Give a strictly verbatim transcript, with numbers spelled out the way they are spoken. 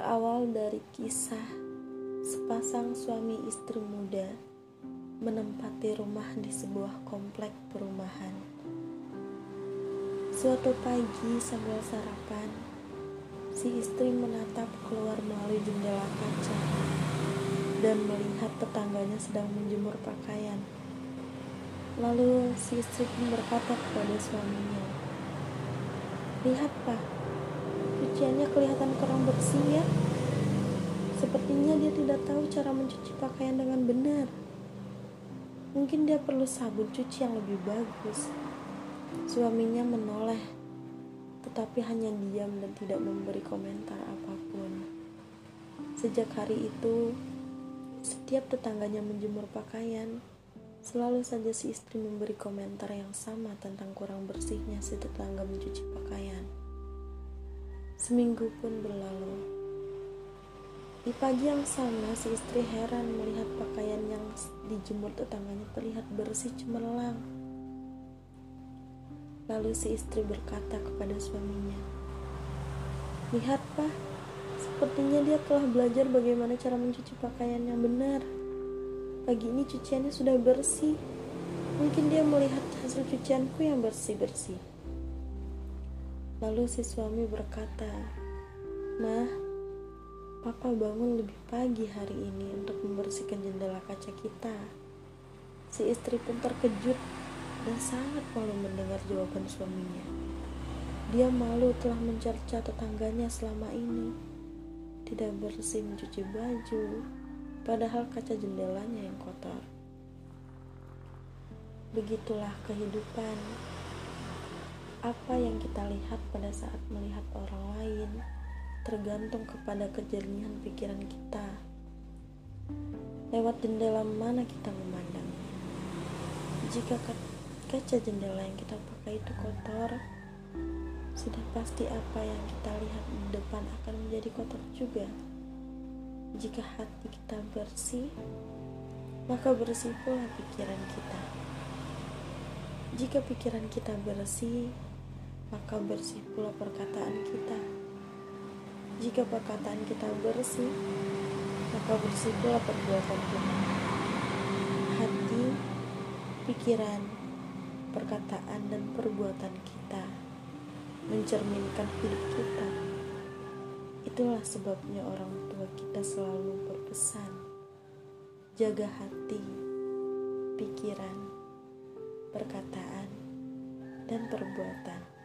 berawal dari kisah sepasang suami istri muda menempati rumah di sebuah komplek perumahan. Suatu pagi sambil sarapan, si istri menatap keluar melalui jendela kaca dan melihat tetangganya sedang menjemur pakaian. Lalu si istri pun berkata kepada suaminya, "Lihat, Pak, cuciannya kelihatan kurang bersih ya. Sepertinya dia tidak tahu cara mencuci pakaian dengan benar. Mungkin dia perlu sabun cuci yang lebih bagus." Suaminya menoleh, tetapi hanya diam dan tidak memberi komentar apapun. Sejak hari itu, setiap tetangganya menjemur pakaian, selalu saja si istri memberi komentar yang sama tentang kurang bersihnya si tetangga mencuci pakaian. Seminggu pun berlalu. Di pagi yang sama, si istri heran melihat pakaian yang dijemur tetangganya terlihat bersih cemerlang. Lalu si istri berkata kepada suaminya, "Lihat, Pak, sepertinya dia telah belajar bagaimana cara mencuci pakaian yang benar. Pagi ini cuciannya sudah bersih. Mungkin dia melihat hasil cucianku yang bersih-bersih." Lalu si suami berkata, "Mah, Papa bangun lebih pagi hari ini untuk membersihkan jendela kaca kita." Si istri pun terkejut dan sangat malu mendengar jawaban suaminya. Dia malu telah mencerca tetangganya selama ini tidak bersih mencuci baju, padahal kaca jendelanya yang kotor. Begitulah kehidupan. Apa yang kita lihat pada saat melihat orang lain tergantung kepada kejernihan pikiran kita. Lewat jendela mana kita memandang? Jika kaca jendela yang kita pakai itu kotor, sudah pasti apa yang kita lihat di depan akan menjadi kotor juga. Jika hati kita bersih, maka bersih pula pikiran kita. Jika pikiran kita bersih, maka bersih pula perkataan kita. Jika perkataan kita bersih, maka bersih pula perbuatan kita. Hati, pikiran, perkataan, dan perbuatan kita mencerminkan hidup kita. Itulah sebabnya orang tua kita selalu berpesan, jaga hati, pikiran, perkataan, dan perbuatan.